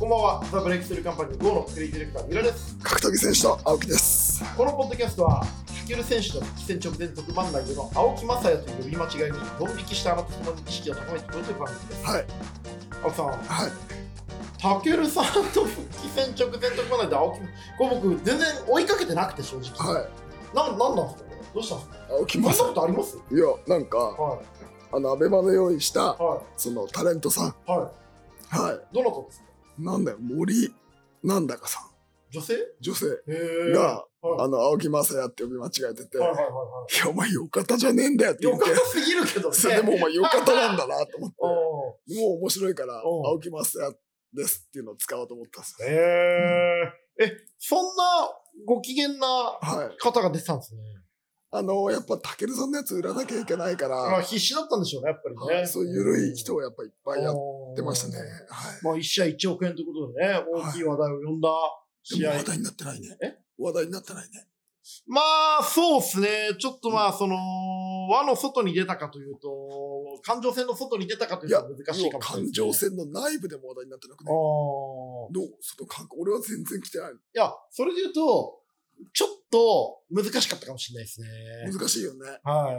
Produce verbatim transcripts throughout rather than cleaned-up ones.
んばんは。ザ・ブレイクスルーカンパニー ゴー のクリエイティブディレクター、三浦です。 格闘技選手の青木です。 このポッドキャストは、タケル選手の復帰戦直前特番内での青木正也という呼び間違いにドン引きしたあなた様の意識を高めていこうという番組です。 はい。 青木さん、 はい。 タケルさんと復帰戦直前特番内で青木、これ僕全然追いかけてなくて正直。 はい。 な、なんなんですかこれどうしたんですか青木そんな正ことあります也。いや、なんか、 はい。 あの、アベマで用意した、 はそのタレントさん。 い。ははい。 い。どなたですかなんだよ、森なんだかさん。 女性女性へー。 が、 はい、 あの、青木正也って呼び間違えてて、 はいはいはいはい。 いや、お前、よかたじゃねえんだよって言よって。 かったすぎるけどね。 それでもお前、よかたなんだなと思って。 おーもう面白いから、 おう青木正也ですっていうのを使おうと思ったんですよ。 へえ、え、そんなご機嫌なはい。 方が出てたんですね。 あの、やっぱ、たけるさんのやつ売らなきゃいけないから、 あ、必死だったんでしょうね、やっぱりね。 はい、そういう緩い人をやっぱいっぱいやっってましたね。はい。 まあ、いち試合いちおくえんということでね、大きい話題を呼んだ試合。 でも話題になってないね。 え話題になってないね。 まあ、そうっすね。ちょっとまあ、その、輪の外に出たかというと、環状線の外に出たかというと難しいかもしれない、ね。 環状線の内部でも話題になってなくね。 ああ。 どうその感覚、俺は全然来てない。 いや、それで言うと、ちょっと難しかったかもしれないですね。 難しいよね。 はい。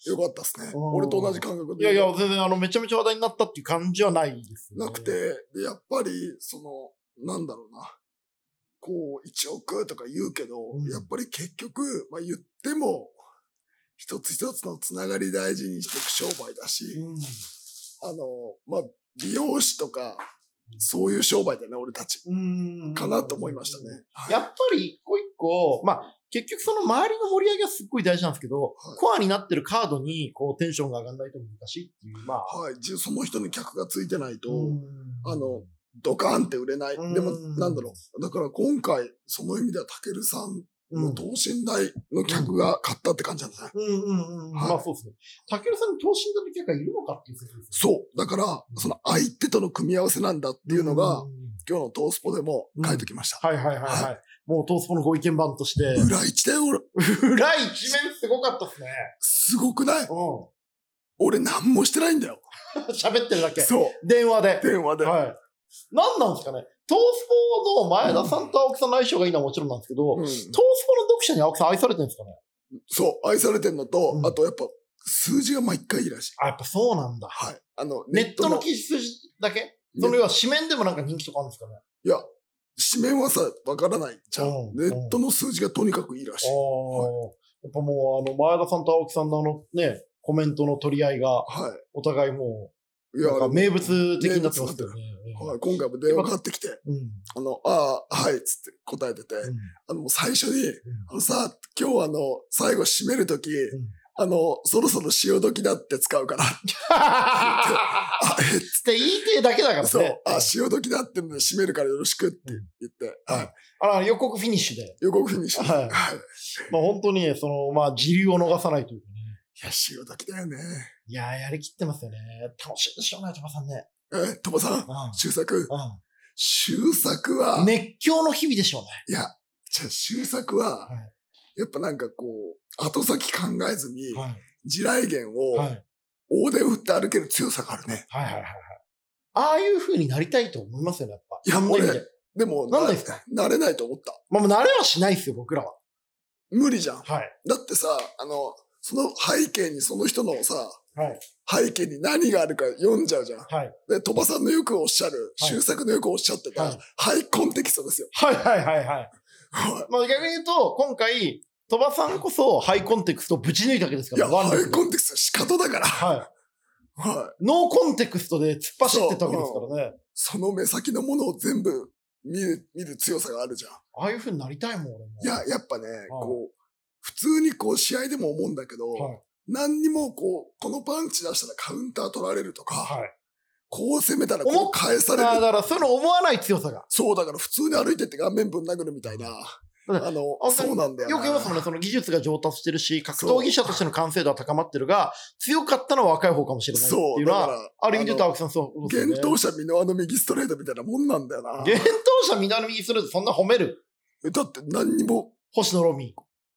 よかったっすね。 うん俺と同じ感覚で。 いやいや、全然あの、めちゃめちゃ話題になったっていう感じはないですね。 なくて、でやっぱり、その、なんだろうな。こう、いちおくとか言うけど、 うんやっぱり結局、まあ言っても、一つ一つのつながり大事にしていく商売だし、 うん、 あの、まあ、美容師とか、そういう商売だね、俺たち。 うんかなと思いましたね。 やっぱり一個一個、まあ、結局その周りの盛り上げはすっごい大事なんですけど、 はい、 コアになってるカードにこうテンションが上がらないと難しいっていう、まあ。 はい。その人に客がついてないと、 うんあの、ドカーンって売れない。 うんでも、なんだろう。だから今回、その意味では、たけるさんの等身大の客が買ったって感じなんですね。 うんうんうん。はい、まあそうですね。たけるさんに等身大の客がいるのかっていう説です、 ね。そう。だから、その相手との組み合わせなんだっていうのが、今日のトースポでも書いてきました。 うん、はいはいはいはい。はい、もうトースポのご意見番として。 裏一だよ、俺。 裏一面すごかったっすね。 すごくない？ うん。 俺何もしてないんだよ。 喋ってるだけ。 そう。 電話で。 電話で。 はい。何なんですかね。トースポの前田さんと青木さんの相性がいいのはもちろんなんですけど、うん、トースポの読者に青木さん愛されてるんですかね？ そう、愛されてるのと、うん、あとやっぱ数字が毎回いいらしい。 あ、やっぱそうなんだ。 はい。あの、 ネットの記事数字だけ？その要は紙面でもなんか人気とかあるんですかね？ いや、紙面はさ、わからないじゃん。うん、ネットの数字がとにかくいいらしい。 はい、やっぱもう、あの、前田さんと青木さんのあのね、コメントの取り合いが、はい。お互いもう、いや、なんか名物的になってますよね。 はい、今回も電話かかってきて、うん、あの、ああ、はい、つって答えてて、うん、あの、最初に、うん、あのさ、今日あの、最後締めるとき、うん、あの、そろそろ潮時だって使うから。あ、えっつって言いてだけだからね。 そう、あ、潮時だってので締めるからよろしくって言って、 うん、はい。あら、予告フィニッシュで。 予告フィニッシュで。はい。はい、 まあ本当にね、その、まあ、時流を逃さないというかね。 いや、潮時だよね。 いやー、やりきってますよね。楽しいでしょうね、トマさんね。 え、トマさん、周作。周作は。 熱狂の日々でしょうね。 いや、じゃあ周作は、はい、やっぱなんかこう、後先考えずに、はい、地雷原を、はい、大手を振って歩ける強さがあるね。 はいはいはいはい。ああいう風になりたいと思いますよね、やっぱ。 いや、俺、でも、 なんですか？ なれないと思った。 まあ、もうなれはしないですよ、僕らは。 無理じゃん。 はい。 だってさ、あの、その背景にその人のさ、 はい。 背景に何があるか読んじゃうじゃん。はい。で、鳥羽さんのよくおっしゃる、周作のよくおっしゃってた、はい、ハイコンテキストですよ。 はいはいはいはい。はい、まあ逆に言うと、今回、鳥羽さんこそハイコンテクストをぶち抜いたわけですから。 いや、ハイコンテクスト仕方だから。 はい。はい。ノーコンテクストで突っ走ってたわけですからね。 その目先のものを全部見る、見る強さがあるじゃん。ああいう風になりたいもん、俺も。 いや、やっぱね、はい、こう、普通にこう試合でも思うんだけど、はい、何にもこう、このパンチ出したらカウンター取られるとか、はい、こう攻めたらこう返される。 だから、そういうの思わない強さが。 そう、だから普通に歩いてって顔面ぶん殴るみたいな。あの、そうなんだよな。 よく言いますもんね、その技術が上達してるし、格闘技者としての完成度は高まってるが、強かったのは若い方かもしれないっていうのは、ある意味で言うと青木さんそうですね。 幻冬者箕輪の右ストレートみたいなもんなんだよな。 幻冬者箕輪の右ストレートそんな褒める？ だって何にも。 星野ロミ。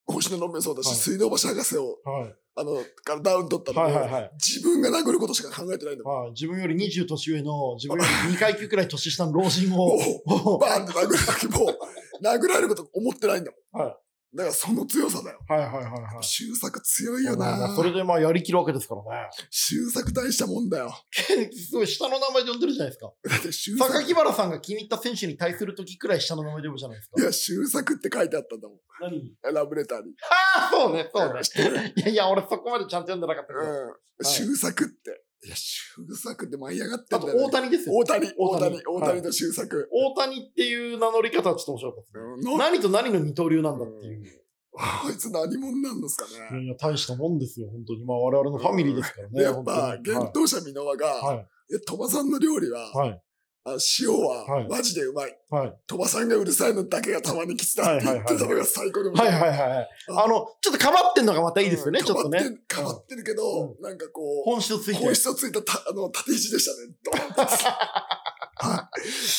星野ロンメンそうだし、はい、水道橋博士を、 はい、 あの、からダウン取ったのも、はいはいはい、自分が殴ることしか考えてないんだもん。 はい、自分よりにじゅう年上の、自分よりにかい級くらい年下の老人を、 バーンって殴るときも、殴られること思ってないんだもん。はい。だからその強さだよ。 はいはいはいはい。 周作強いよな、 まあ、それでまあやりきるわけですからね。 周作大したもんだよ。 すごい下の名前で呼んでるじゃないですか。だって周作。榊原さんが気に入った選手に対するときくらい下の名前で呼ぶじゃないですか。 いや、周作って書いてあったんだもん。 何ラブレターに。 ああ、そうね、そうね。いやいや、俺そこまでちゃんと読んでなかったけど。 うん。周作って。いや、周作って舞い上がってんだよ、 ね。あと、大谷ですよ。 大谷、大谷、大谷と周作。 大谷っていう名乗り方はちょっと面白かったですね。何と何の二刀流なんだっていう。 あいつ何者なんですかね。 いや、大したもんですよ、本当に。まあ、我々のファミリーですからね。 やっぱ、幻冬舎箕輪が、はい、鳥羽さんの料理は、はい、あ塩は、マジでうまい。はい、鳥羽さんがうるさいのだけがたまにきつだって言ってたのが最高でもはいはいはい。あの、ちょっとかばってんのがまたいいですよね、うん、ちょっとね。 かばってるけど、うん、なんかこう、 本質ついて本質ついたたあの縦肘でしたね。ドーンってはい。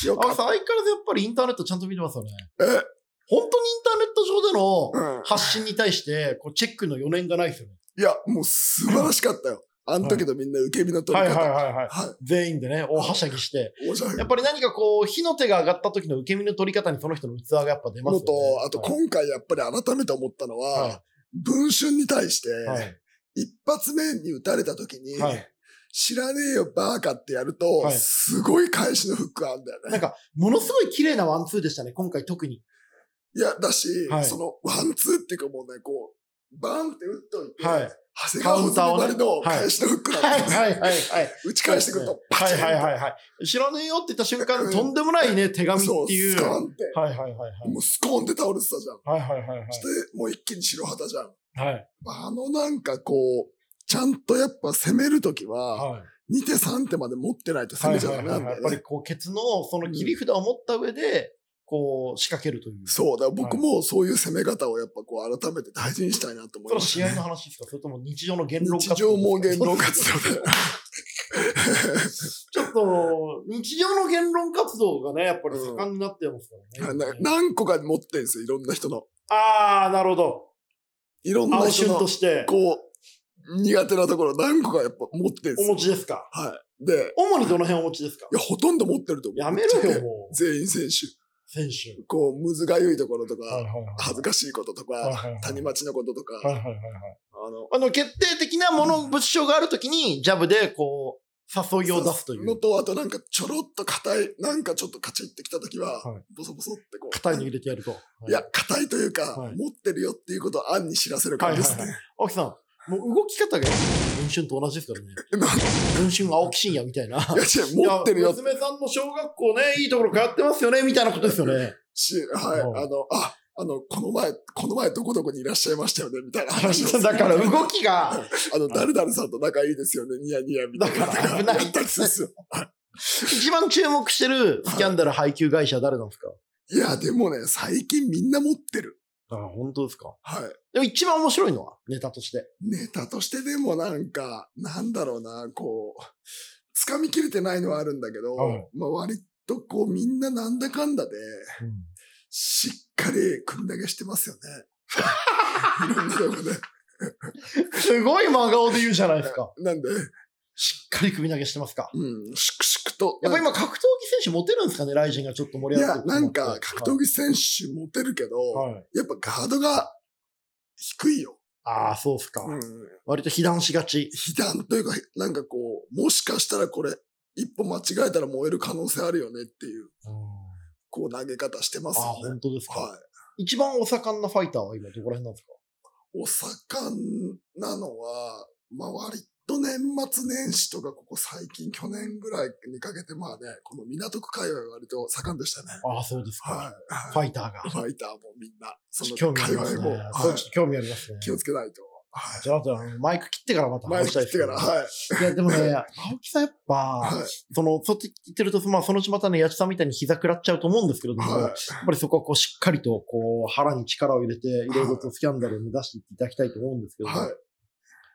よかった。相変わらずやっぱりインターネットちゃんと見てますよね。 え本当にインターネット上での発信に対して、こう、チェックの余念がないですよね。 いや、もう素晴らしかったよ。あの時のみんな受け身の取り方。 はいはいはいはい。はい、全員でね、大はしゃぎして。やっぱり何かこう、火の手が上がった時の受け身の取り方にその人の器がやっぱ出ますよね。 と、あと今回やっぱり改めて思ったのは、はい、文春に対して、はい、一発目に撃たれた時に、はい、知らねえよバーカってやると、はい、すごい返しのフックあるんだよね。 なんか、ものすごい綺麗なワンツーでしたね、今回特に。 いや、だし、はい、その、ワンツーっていうかもうね、こう、バーンって打っといて、はい、長谷川穂積の返しのフックなんですよ。はいはいはいはい。打ち返してくると、パチン、 はいはいはいはい。知らねえよって言った瞬間、とんでもないね、手紙っていう。 そう、スコーンって。 はいはいはいはい。 もうスコーンって倒れてたじゃん。 はいはいはいはい。 そして、もう一気に白旗じゃん。 はい。 あのなんかこう、ちゃんとやっぱ攻めるときは、はい、にてさんてまで持ってないと攻めちゃダメなんだよね。 やっぱりこう、ケツのその切り札を持った上で、こう、仕掛けるという。 そうだ、僕もそういう攻め方をやっぱこう、改めて大事にしたいなと思います、 ね。それは試合の話ですか？それとも日常の言論活動？ 日常も言論活動で。 ちょっと、日常の言論活動がね、やっぱり盛んになってますからね。 うん、何個か持ってるんですよ、いろんな人の。 あー、なるほど。 いろんな人の、 として、 こう、苦手なところ何個かやっぱ持ってるんですよ。 お持ちですか？ はい。で、 主にどの辺お持ちですか？ いや、ほとんど持ってると思う。 やめろよ、もう。全員選手。 選手。 こう、むずがゆいところとか、はいはいはい、恥ずかしいこととか、はいはいはい、谷町のこととか、はいはいはいはい、 あの、あの、決定的なもの、物証があるときに、ジャブで、こう、誘いを出すという。 のと、あとなんかちょろっと硬い、なんかちょっとカチってきたときは、はい、ボソボソってこう。 硬いの入れてやると。はい、 いや、硬いというか、はい、持ってるよっていうことを暗に知らせる感じですね。はいはいはい、 青木さん。もう動き方が文春と同じですからね。文春青木真也みたいな。いや違う、持ってるよ。 娘さんの小学校ね、いいところ通ってますよね、みたいなことですよね。 し、はい、あの、あ、あの、この前、この前どこどこにいらっしゃいましたよね、みたいな話を。 だから動きが。 あの、誰々さんと仲いいですよね、ニヤニヤみたいな。 だから危ないですよ。一番注目してるスキャンダル配給会社は誰なんですか？ いや、でもね、最近みんな持ってる。 ああ、本当ですか？ はい。 でも一番面白いのはネタとして。 ネタとしてでもなんか、なんだろうな、こう、掴みきれてないのはあるんだけど、はい、まあ割とこうみんななんだかんだで、うん、しっかり組み投げしてますよね。いろんなとこで。 すごい真顔で言うじゃないですか。 なんでしっかり組み投げしてますか？ うん、粛々と。 やっぱ今格闘技選手モテるんですかね？ライジンがちょっと盛り上がって。 いや、なんか格闘技選手モテるけど、はい、やっぱガードが低いよ。 ああ、そうっすか。うん、割と被弾しがち。 被弾というか、なんかこう、もしかしたらこれ、一歩間違えたら燃える可能性あるよねっていう、うん、こう投げ方してますよね。 ああ、本当ですか。 はい。 一番お盛んなファイターは今どこら辺なんですか？ お盛んなのは、まあ割と年末年始とかここ最近去年ぐらいにかけてまあね、この港区界隈は割と盛んでしたね。 ああ、そうですか。 はい。 ファイターが。 ファイターもみんな。 その興味ありますね。はい、興味ありますね。 気をつけないと。 はい、じゃあ、あとマイク切ってからまた話したいです、 ね。マイク切ってから、はい。 いや、でもね、青木さんやっぱ、はい、その、そうって言ってると、まあ、そのうちまたね、八千さんみたいに膝食らっちゃうと思うんですけれども、はい、やっぱりそこはこう、しっかりと、こう、腹に力を入れて、いろいろとスキャンダルを目指していっていただきたいと思うんですけども、はい、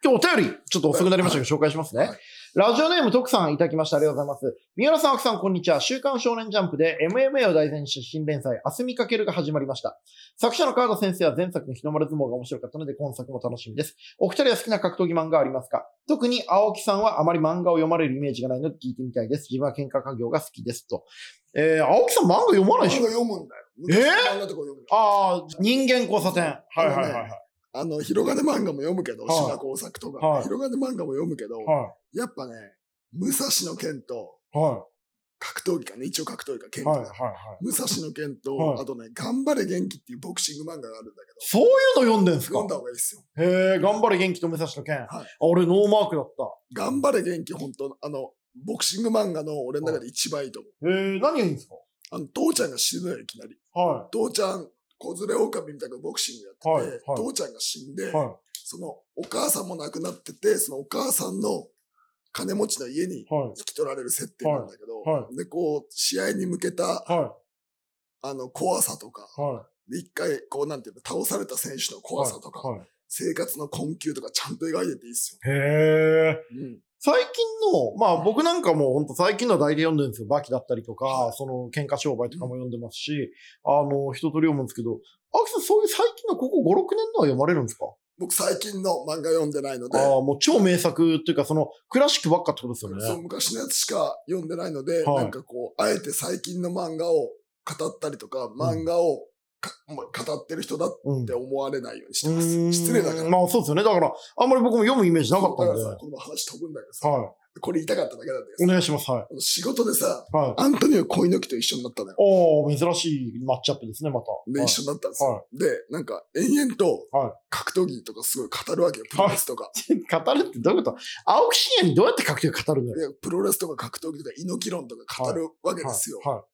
今日お便り、ちょっと遅くなりましたけど、紹介しますね。はい、ラジオネーム徳さんいただきました。ありがとうございます。三浦さん、青木さん、こんにちは。週刊少年ジャンプで エムエムエー を題材にした新連載、あすみかけるが始まりました。作者の川田先生は前作の日の丸相撲が面白かったので、今作も楽しみです。お二人は好きな格闘技漫画ありますか？特に青木さんはあまり漫画を読まれるイメージがないので聞いてみたいです。自分は喧嘩家業が好きですと。えー、青木さん漫画読まないでしょ？ 漫画読むんだよ。 えー、ああ、人間交差点。はいはいはいはい。 あの、広金漫画も読むけど、島、はい、工作とか、はい、広金漫画も読むけど、はい、やっぱね、武蔵の剣と、はい、格闘技かね、一応格闘技か、剣と、はいはいはい、武蔵の剣と、はい、あとね、頑張れ元気っていうボクシング漫画があるんだけど。 そういうの読んでんすか？ 読んだ方がいいっすよ。 へえ、頑張れ元気と武蔵の剣。はい、あ、俺ノーマークだった。 頑張れ元気、ほんと、あの、ボクシング漫画の俺の中で一番いいと思う。 へえ、何がいいんですか？ あの、父ちゃんが死ぬよ、いきなり。はい。父ちゃん、子連れ狼みたいなボクシングやってて、はいはい、父ちゃんが死んで、はい、そのお母さんも亡くなってて、そのお母さんの金持ちの家に引き取られる設定なんだけど、はいはい、で、こう、試合に向けた、はい、あの、怖さとか、はい、で、一回、こう、なんていうの、倒された選手の怖さとか、はいはい、生活の困窮とかちゃんと描いてていいっすよ。 へー。うん、最近の、まあ僕なんかも本当最近の代で読んでるんですよ。バキだったりとか、はい、その喧嘩商売とかも読んでますし、うん、あの、一通り読むんですけど、青木さんそういう最近のここご、ろくねんのは読まれるんですか？ 僕最近の漫画読んでないので。 ああ、もう超名作っていうか、その、クラシックばっかってことですよね。 そう、昔のやつしか読んでないので、はい、なんかこう、あえて最近の漫画を語ったりとか、漫画を、うん、語ってる人だって思われないようにしてます。うん、失礼だから。 まあそうですよね。だから、あんまり僕も読むイメージなかったんで。だからさ、この話飛ぶんだけどさ。はい。これ言いたかっただけなんだけど。 お願いします。はい。 仕事でさ、はい、アントニオ恋の木と一緒になったのよ。 おー、珍しいマッチアップですね、また。 で、はい、一緒になったんですよ。はい、で、なんか、延々と、格闘技とかすごい語るわけよ、プロレスとか。 語るってどういうこと？青木真也にどうやって格闘技語るのよ？ いや、プロレスとか格闘技とか猪木論とか語るわけですよ。はいはいはい、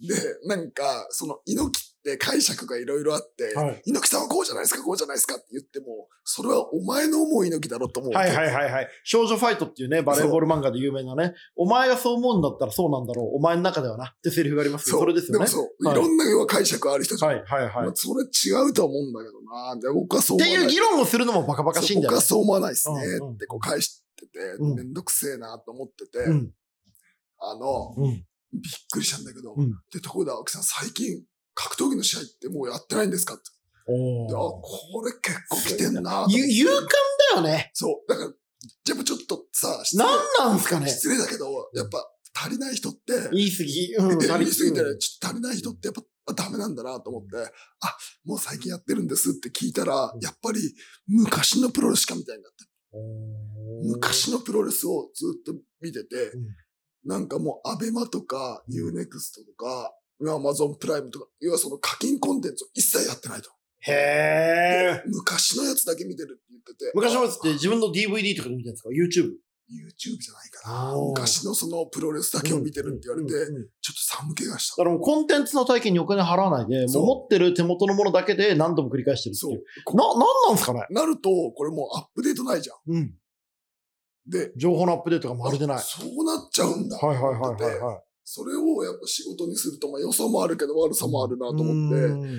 で、なんか、その猪木って解釈がいろいろあって、はい、猪木さんはこうじゃないですか、こうじゃないですかって言っても、それはお前の思う猪木だろと思う。 はいはいはいはい。少女ファイトっていうね、バレーボール漫画で有名なね、お前がそう思うんだったらそうなんだろう、お前の中ではなってセリフがありますけど、それですよね。 でもそう、はい、いろんな要は解釈ある人じゃん。はいはいはい。 まあ、それ違うと思うんだけどな。で僕はそう思わない。 っていう議論をするのもバカバカしいんだよ。 僕はそう思わないですね、うんうん、ってこう返してて、めんどくせえなと思ってて、うん、あの、うん、びっくりしたんだけど、うん、で、ところで青木さん最近格闘技の試合ってもうやってないんですかって。おあ、これ結構来てんな。 勇敢だよね。 そう。だから、やっぱちょっとさ、 何なんすかね。 失礼だけど、やっぱ足りない人って、 言い過ぎ。うん、 言い過ぎて、ね、ちょっと足りない人ってやっぱダメなんだなと思って、あ、もう最近やってるんですって聞いたら、やっぱり昔のプロレスかみたいになって。昔のプロレスをずっと見てて、うん、なんかもうアベマとかユーネクストとか、アマゾンプライムとか、要はその課金コンテンツを一切やってないと。 へー。 昔のやつだけ見てるって言ってて。 昔のやつって自分の ディーブイディー とかで見てるんですか？ YouTube？YouTube じゃないかな。昔のそのプロレスだけを見てるって言われて、ちょっと寒気がした。 だからもうコンテンツの体験にお金払わないで、もう持ってる手元のものだけで何度も繰り返してるっていう。そう。な、なんなんすかね？ なると、これもうアップデートないじゃん。うん。で、 情報のアップデートがまるでない。 そうなっちゃうんだ。 はいはいはいはい、はい。 それをやっぱ仕事にすると、まあ良さもあるけど悪さもあるなと思って、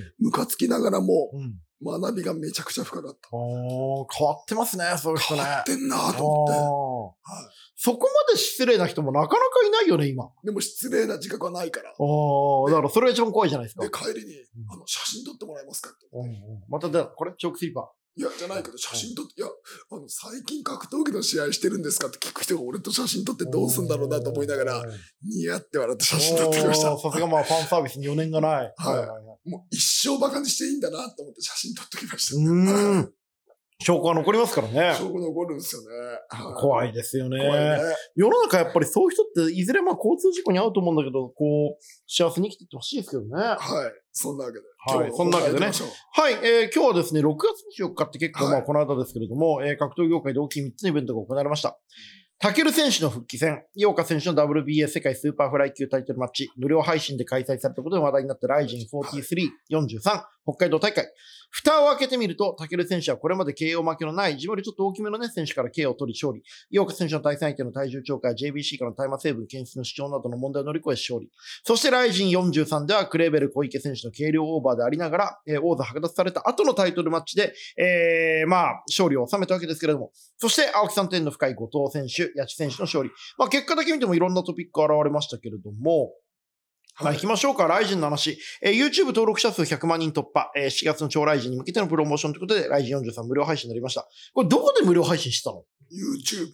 ムカつきながらも、学びがめちゃくちゃ深かった。 お変わってますね、そういう人ね。 変わってんなと思って、 はい。そこまで失礼な人もなかなかいないよね、今。 でも失礼な自覚はないから。 ああ、だからそれが一番怖いじゃないですか。 で、帰りに、あの、写真撮ってもらえますかって。 うんうん、まただ、これチョークスリーパー。 いや、じゃないけど、写真撮って、いや、あの、最近格闘技の試合してるんですかって聞く人が俺と写真撮ってどうすんだろうなと思いながら、ニヤって笑って写真撮ってきました。 さすがまあファンサービスに余念がない。はい。 はいはいはい、もう一生バカにしていいんだなと思って写真撮ってきました。 うん。証拠が残りますからね。 証拠残るんですよね。 怖いですよね。 怖いね。 世の中やっぱりそういう人っていずれまあ交通事故に遭うと思うんだけど、こう、幸せに生きていってほしいですけどね。 はい。そんなわけで。 はい。そんなわけでね。はい。えー、今日はですね、ろくがつにじゅうよっかって結構まあこの間ですけれども、はい、えー、格闘技業界で大きいみっつのイベントが行われました。タケル選手の復帰戦、井岡選手の ダブリュービーエー 世界スーパーフライ級タイトルマッチ、無料配信で開催されたことで話題になったライジンよんじゅうさん、よんじゅうさん、 北海道大会。蓋を開けてみると、タケル選手はこれまで ケーオー 負けのない、自分よりちょっと大きめのね、選手から ケーオー を取り勝利。井岡選手の対戦相手の体重超過や ジェイビーシー からの大麻成分検出の主張などの問題を乗り越え勝利。そしてライジンよんじゅうさんではクレーベル小池選手の軽量オーバーでありながら、えー、王座剥奪された後のタイトルマッチで、えー、まあ、勝利を収めたわけですけれども。そして、青木さんと縁の深い後藤選手、八千選手の勝利。まあ、結果だけ見てもいろんなトピック現れましたけれども、まあ、行きましょうか。ライジンの話。えー、YouTube 登録者数ひゃくまんにん突破。えー、しちがつの超ライジンに向けてのプロモーションということで、ライジンよんじゅうさん無料配信になりました。これどこで無料配信したの？ YouTube。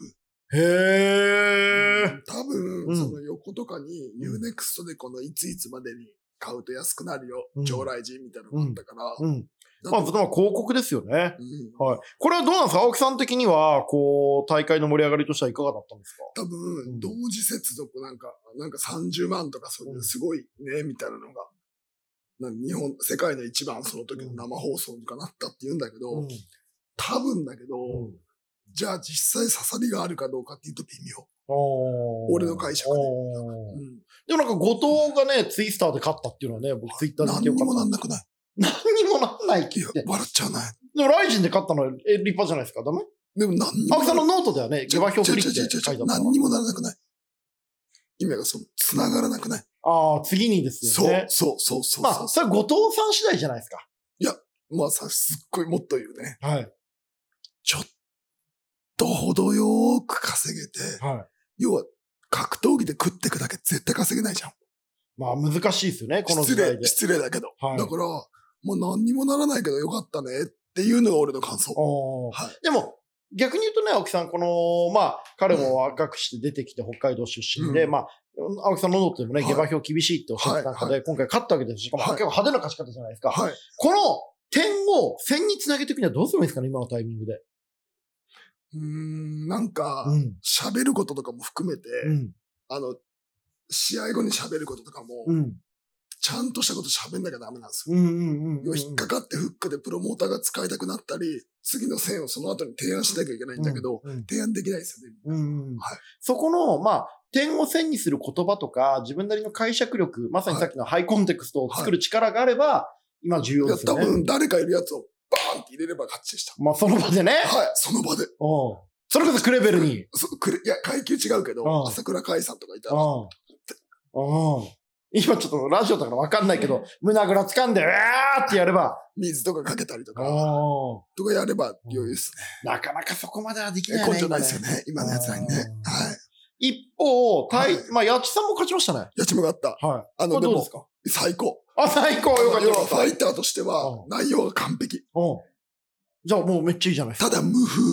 へー。 多分、その横とかに ユーネクスト でこのいついつまでに買うと安くなるよ。うん、超ライジンみたいなのがあったから。 うん。うんまあ、広告ですよね、 うん。 はい。これはどうなんですか？青木さん的には、こう、大会の盛り上がりとしてはいかがだったんですか？ 多分、同時接続なんか、なんかさんじゅうまんとかそういうすごいね、みたいなのが、なん日本、世界の一番その時の生放送にかなったって言うんだけど、うん、多分だけど、うん、じゃあ実際刺さりがあるかどうかっていうと微妙。俺の解釈で、 うん。でもなんか後藤がね、ツイスターで勝ったっていうのはね、僕ツイッターで見てよかった。 何にもなんなくない？ 何にもなんないって言って。 笑っちゃうね。 でもライジンで勝ったのはえ立派じゃないですか？ダメ？ でも何にも。 青木さんのノートではね、下馬評フリップで書いてあった。 何にもならなくない。意味がその、繋がらなくない。 ああ、次にですよね。 そう、そう、そう、そう。 まあ、それ後藤さん次第じゃないですか。 いや、まあさ、すっごいもっと言うね。 はい。 ちょっと程よーく稼げて、 はい。 要は、格闘技で食ってくだけ絶対稼げないじゃん。 まあ難しいですよね、この時代で。 失礼、失礼だけど。はい。だから、もう何にもならないけどよかったねっていうのが俺の感想。 はい。でも、逆に言うとね、青木さん、この、まあ、彼も若くして出てきて北海道出身で、うん、まあ、青木さんのノートでもね、下馬評厳しいっておっしゃった中で、はい、今回勝ったわけです。しかも、はい、結構派手な勝ち方じゃないですか。はい。この点を線につなげていくにはどうすればいいですかね、今のタイミングで。 うーん、なんか、喋、うん、ることとかも含めて、うん、あの、試合後に喋ることとかも、うんちゃんとしたこと喋んなきゃダメなんですよ。引っかかってフックでプロモーターが使いたくなったり、次の線をその後に提案しなきゃいけないんだけど、うんうん、提案できないですよね。うんうんはい、 そこの、まあ、点を線にする言葉とか、自分なりの解釈力、まさにさっきのハイコンテクストを作る力があれば、はい、今重要ですよね。 いや、多分誰かいるやつをバーンって入れれば勝ちでした。 まあ、その場でね。 はい、その場で。 おそれこそクレベルに。 そクレいや、階級違うけど、朝倉海さんとかいたら。 うん今ちょっとラジオとかわかんないけど、胸ぐら掴んで、うわーってやれば。 水とかかけたりとか、とかやれば余裕ですね。 なかなかそこまではできないね。 根性ないですよね、今のやつらにね。はい。 一方、はい、まあ、八千さんも勝ちましたね。 八千も勝った。 はい。 あの、 でも、 最高。 あ、最高よかった。 要はファイターとしては、内容が完璧。 うん。じゃあもうめっちゃいいじゃないですか。 ただ無風。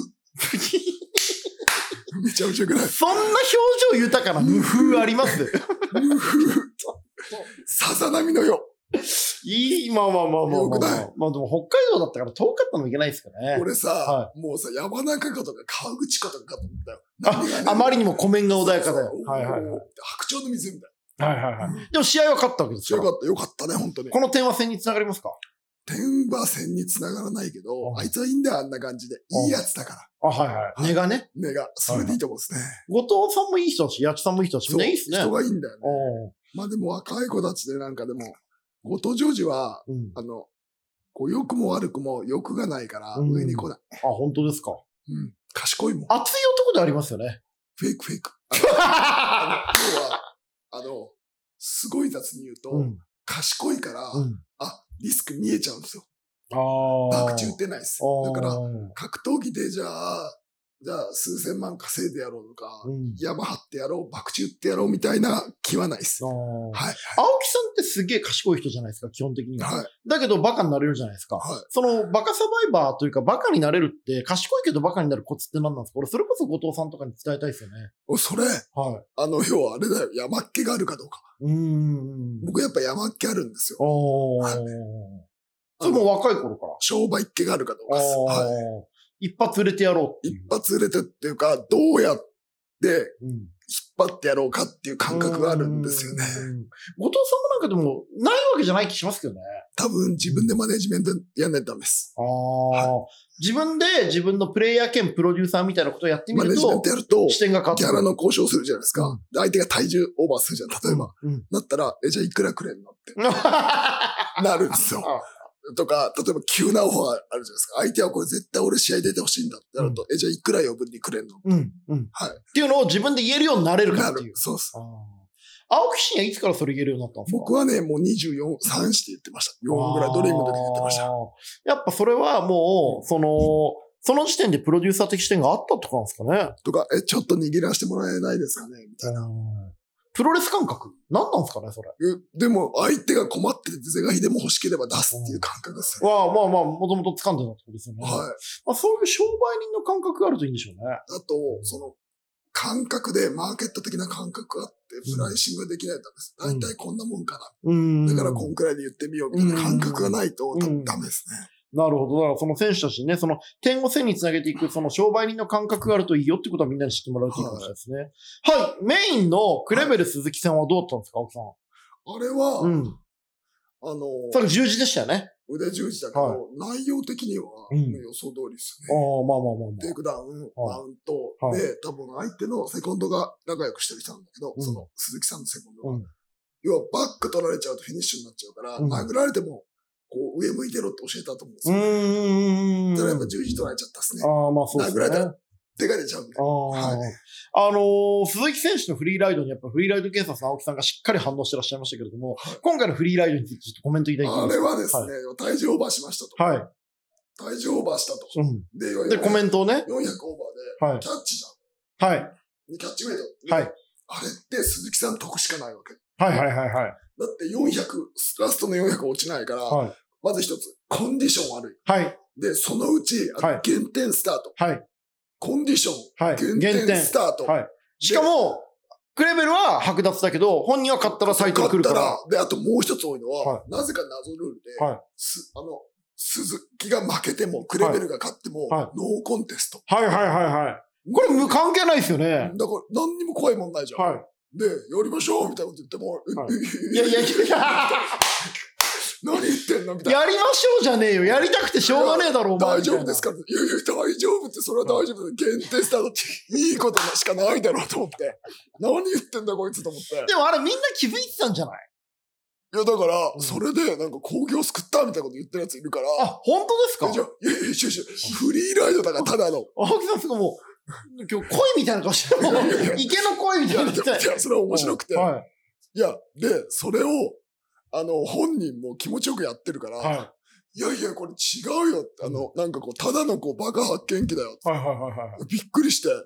めちゃめちゃくない。 そんな表情豊かな無風あります無風。さざ波のよ。 いい、まあまあまあまあまあ。 よくない。 まあでも北海道だったから遠かったのもいけないですかね。 俺さ、はい、もうさ、山中湖とか川口湖とかかと思ったよ。 あ、ね、あまりにも湖面が穏やかだよ。はいはいはい。 白鳥の湖だよ。 はいはいはい。でも試合は勝ったわけですよ。 よかった、よかったね、本当に。 この点は線に繋がりますか？ 点は線に繋がらないけど、あいつはいいんだよ、あんな感じで。いいやつだから。 あ、はいはい。根がね。 根が。それでいいと思うんですね。 後藤さんもいい人だし、八千さんもいい人だし、みんないいっすね。 人がいいんだよね。まあでも若い子たちでなんかでも、後藤ジョージは、うん、あの、こう良くも悪くも欲がないから上に来ない。 うん、あ、本当ですか。 うん。賢いもん。 熱い男でありますよね。 フェイクフェイク。あの、要は、あの、すごい雑に言うと、うん、賢いから、うん、あ、リスク見えちゃうんですよ。ああ。バクチ打てないです。だから、格闘技でじゃあ、じゃあ数千万稼いでやろうとか、うん、山張ってやろう、博打打ってやろうみたいな気はないです。はい。 青木さんってすげえ賢い人じゃないですか、基本的には。はい。だけどバカになれるじゃないですか。はい。そのバカサバイバーというかバカになれるって、賢いけどバカになるコツって何なんですか？俺それこそ後藤さんとかに伝えたいですよね。 それ、はい。あの、要はあれだよ、山っ気があるかどうか。うん。僕やっぱ山っ気あるんですよ。おー。はい。 それも若い頃から。 商売っ気があるかどうかです。はい。 一発売れてやろうっていう。 一発売れてっていうか、どうやって引っ張ってやろうかっていう感覚があるんですよね。 後藤さんもなんかでも、ないわけじゃない気しますけどね。 多分自分でマネジメントやんないとダメです。ああ、はい、自分で自分のプレイヤー兼プロデューサーみたいなことをやってみると、マネジメントやると、 視点が変わってギャラの交渉するじゃないですか。うん、相手が体重オーバーするじゃん、例えば。うんうん、だったら、え、じゃあいくらくれんのって。なるんですよ。 とか、例えば急なオファーあるじゃないですか。相手はこれ絶対俺試合出てほしいんだってなると、うん、え、じゃあいくら余分にくれんのうん。うん。 はい。 っていうのを自分で言えるようになれるかっていう。 そうっす。 青木真也いつからそれ言えるようになったんですか？ 僕はね、もうにじゅうよん、さんして言ってました。よんぐらいドリームの時に言ってました。 やっぱそれはもう、その、その時点でプロデューサー的視点があったとかなんですかね。 とか、え、ちょっと握らせてもらえないですかねみたいな。 プロレス感覚何なんですかね、それ。 でも、相手が困ってて、是が非でも欲しければ出すっていう感覚ですね。 まあまあまあ、もともと掴んでたってことですよね。 はい。 まあ、そういう商売人の感覚があるといいんでしょうね。 あと、その、感覚で、マーケット的な感覚があって、プライシングができないとダメです。大体こんなもんかな。うん、だからこんくらいで言ってみようみたいな感覚がないと、多分ダメですね。 なるほど。だからその選手たちにね、その点を線につなげていく、その商売人の感覚があるといいよってことはみんなに知ってもらうといいかもしれないですね。はい。はい、メインのクレベル鈴木戦はどうだったんですか、青木さん。 あれは、うん、あの、 それ十字でしたよね。 腕十字だけど、はい、内容的には、予想通りですね。 ああ、まあまあまあまあ。 テイクダウン、マウント、はい、で、多分相手のセコンドが仲良くしてる人なんだけど、うん、その鈴木さんのセコンドが。うん、要はバック取られちゃうとフィニッシュになっちゃうから、うん、殴られても、こう上向いてろって教えたと思うんですよ、ね。うん。それはやっぱ十字取られちゃったっすね。 ああ、まあそうですね。 殴られたら手が出ちゃうんで。あはい。あのー、鈴木選手のフリーライドにやっぱフリーライド警察の青木さんがしっかり反応してらっしゃいましたけれども、はい、今回のフリーライドについてちょっとコメントいただきます。 あれはですね、はい、体重オーバーしましたと。はい。体重オーバーしたと。うん、 で、でコメントをね。 よんひゃくオーバーで、キャッチじゃん。はい。キャッチウェイト。はい。あれって鈴木さん得しかないわけ。 はいはいはいはい。 だってよんひゃく、ラストのよんひゃく落ちないから、はい、まず一つ、コンディション悪い。はい。で、そのうち、減点スタート。はい。コンディション、はい、減点スタート。はい。 しかも、クレベルは剥奪だけど、本人は勝ったらタイトル来るから。勝ったら、で、あともう一つ多いのは、はい、なぜか謎ルールで、はい、すあの、鈴木が負けても、クレベルが勝っても、はい、ノーコンテスト。 はいはいはいはい。これ無関係ないですよね。だから何にも怖いもんないじゃん。はい。で、やりましょうみたいなこと言っても、はい、 いやいやいや、 何言ってんのみたいな。 やりましょうじゃねえよ。やりたくてしょうがねえだろ、お前。 大丈夫ですから。いやいや、大丈夫って、それは大丈夫だ。限定スタートっていいことしかないだろうと思って。何言ってんだこいつと思って。 でもあれみんな気づいてたんじゃない？ いや、だから、うん、それで、なんか、興行救ったみたいなこと言ってるやついるから。 あ、本当ですか？ じゃいやいや、いやいや、フリーライドだから、ただの。 青木さんすごいもう、今日恋みたいな顔してる。池の恋みたいな。いや、いや、それは面白くて。はい、いや、で、それを、あの、本人も気持ちよくやってるから、はい、いやいや、これ違うよって、あの、なんかこう、ただのこう、バカ発見器だよって。はいはいはいはい。びっくりして。はい、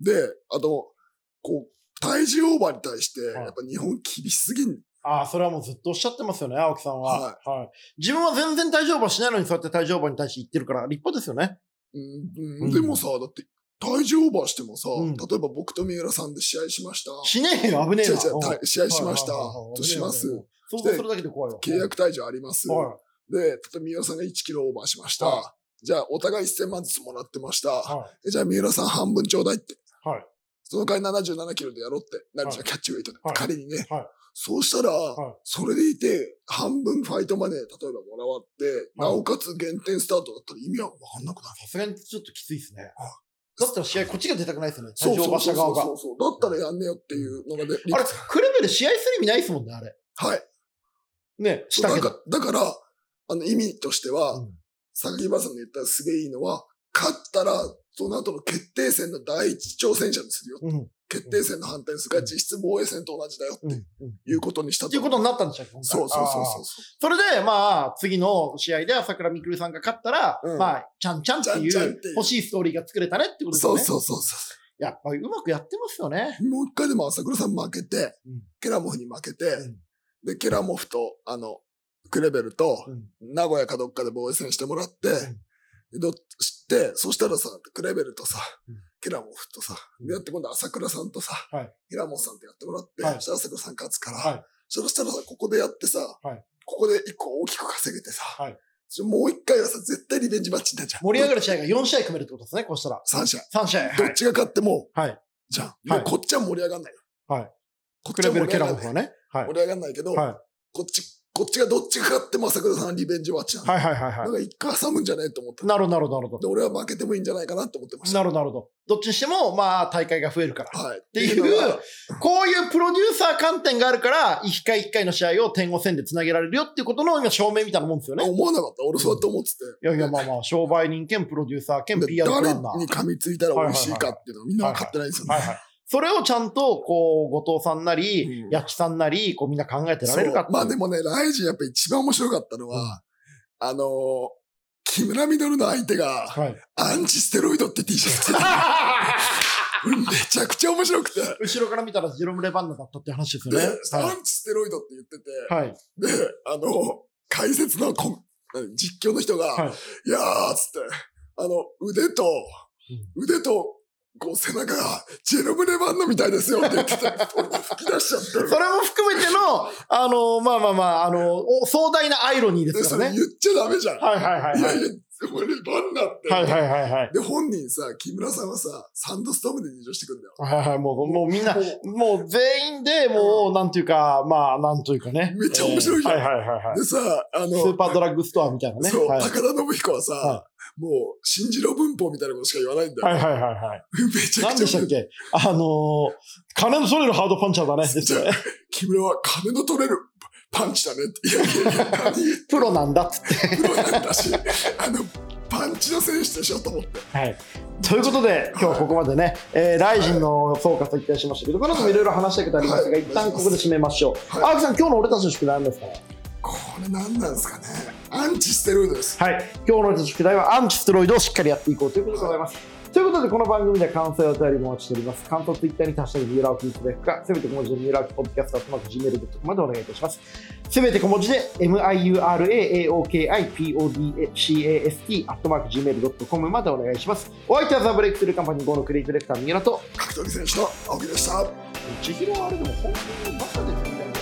で、あと、こう、体重オーバーに対して、やっぱ日本厳しすぎん。 ああ、それはもうずっとおっしゃってますよね、青木さんは。はい。はい。自分は全然体重オーバーしないのに、そうやって体重オーバーに対して言ってるから、立派ですよね。 うん、うん、でもさ、だって、体重オーバーしてもさ、うん、例えば僕と三浦さんで試合しました。 しねえよ、危ねえな。 試合しました。とします。 そうするだけで怖いわ。 契約体重あります。はい、で、例えば三浦さんがいちキロオーバーしました。はい、じゃあ、お互いせんまんずつもらってました。はい、じゃあ、三浦さん半分ちょうだいって。はい、その代わりななじゅうななキロでやろうって。なるじゃん、キャッチウェイトで。はい、仮にね。はい、そうしたら、はい、それでいて、半分ファイトマネー、例えばもらわって、はい、なおかつ減点スタートだったら意味はわかんなくない？ さすがにちょっときついですね。はい、だったら試合こっちが出たくないですよね。体重馬車側が。 そうそうそう。だったらやんねよっていうのがね。 あれ、クレベル試合する意味ないですもんね、あれ。 はい。 ね、したけど。 だから、あの意味としては、うん、榊原さんの言ったらすげえいいのは、勝ったら、その後の決定戦の第一挑戦者にするよ。うん、決定戦の反対するから実質防衛戦と同じだよっていうことにしたと。 っていうことになったんでしたっけ？そうそうそうそう。 それで、まあ、次の試合で朝倉未来さんが勝ったら、うん、まあ、ちゃんちゃんっていう欲しいストーリーが作れたねってことですね。 そうそうそうそう。 やっぱりうまくやってますよね。 もう一回でも朝倉さん負けて、うん、ケラモフに負けて、うん、で、ケラモフと、あの、クレベルと、名古屋かどっかで防衛戦してもらって、うん、どっして、そしたらさ、クレベルとさ、うん、ケラモフとさ、うん、やって今度朝倉さんとさ、はい、ケラモフさんとやってもらって、はい、そしたら朝倉さん勝つから、はい、そしたらさ、ここでやってさ、はい、ここで一個大きく稼げてさ、はい、もう一回はさ、絶対リベンジマッチになっちゃう。 盛り上がる試合がよん試合組めるってことですね、こうしたら。 さん試合。 さん試合。 どっちが勝っても、はい、じゃん。はい、こっちは盛り上がんないよ。はい。こっちは盛り上がんない。ね、はい、盛り上がんないけど、はい、こっちこっちがどっちが勝っても朝倉さんはリベンジマッチなんだ。 はいはいはいはい。 なんか一回挟むんじゃねえと思って。 なるほどなるほどなるほで、俺は負けてもいいんじゃないかなと思ってましど。 た。 なるほどなるほど。どっちにしても、まあ、大会が増えるから。 はい。 っていう、こういうプロデューサー観点があるから、一回一回の試合を点ご戦で繋げられるよっていうことの今証明みたいなもんですよね。 思わなかった。俺そうやって思ってて。 いやいや、まあまあ、商売人兼プロデューサー兼 ピーアール プランナー。 誰に噛みついたら美味しいかっていうのはみんな分かってないんですよね。 はいはい。それをちゃんと、こう、後藤さんなり、八木さんなり、こうみんな考えてられるかっていう。 まあでもね、ライジンやっぱ一番面白かったのは、あのー、木村稔の相手が、アンチステロイドって T シャツ着てた。めちゃくちゃ面白くて。 後ろから見たらジェロム・レバンナだったって話ですよね。 で、アンチステロイドって言ってて、 はい、 で、あの、解説のこ実況の人が、はい、いやーっつって、あの、腕と、腕と、こう背中がジェロム・レバンナみたいですよって言ってた。吹き出しちゃってる。 それも含めての、あの、まあまあまあ、あの、壮大なアイロニーですからね。 それ言っちゃダメじゃん。 はいはいはい、はい。いやいや、 レバンナって。 はいはいはいはい。 で、本人さ、木村さんはさ、サンドストームで入場してくんだよ。 はいはい、もう、もうみんな、もう全員で、もう、なんていうか、まあ、なんというかね。 めっちゃ面白いじゃん。 えー、はいはいはいはい。 でさ、あの、スーパードラッグストアみたいなね。 そう、 はい、 高田信彦はさ、はい、もう、新次郎文法みたいなことしか言わないんだよ。 はいはいはいはい。 めちゃくちゃ。 何でしたっけあのー、金の取れるハードパンチャーだね。ですよね。 木村は金の取れるパンチだねって。いやいやいや、 プロなんだっつって。 プロなんだし、あの、パンチの選手でしょと思って。 はい。ということで、今日はここまでね、はい、えー、ライジンの総括と一体しましたけど、この後もいろいろ話したいことありますが、はい、一旦ここで締めましょう。はい、青木さん、今日の俺たちの宿題なんですかね？ これ何なんですかね。アンチステロイドです。 はい。今日の俺たちの宿題はアンチステロイドをしっかりやっていこうということでございます。はい、ということで、この番組では感想やお便りもお待ちしております。感想ツイッターにハッシュタグミューラーキースベックか、せめて小文字でミューラーキーポッドキャストアットマーク ジーメールドットコム までお願いいたします。せめて小文字で ミューラーキーポッドキャスト アットマーク ジーメールドットコム までお願いします。お相手はザ・ブレイクスルーカンパニーゴーのクリエイティブディレクター三浦と格闘技選手の青木でした。 千尋はあれでも本当にバカですみたいな。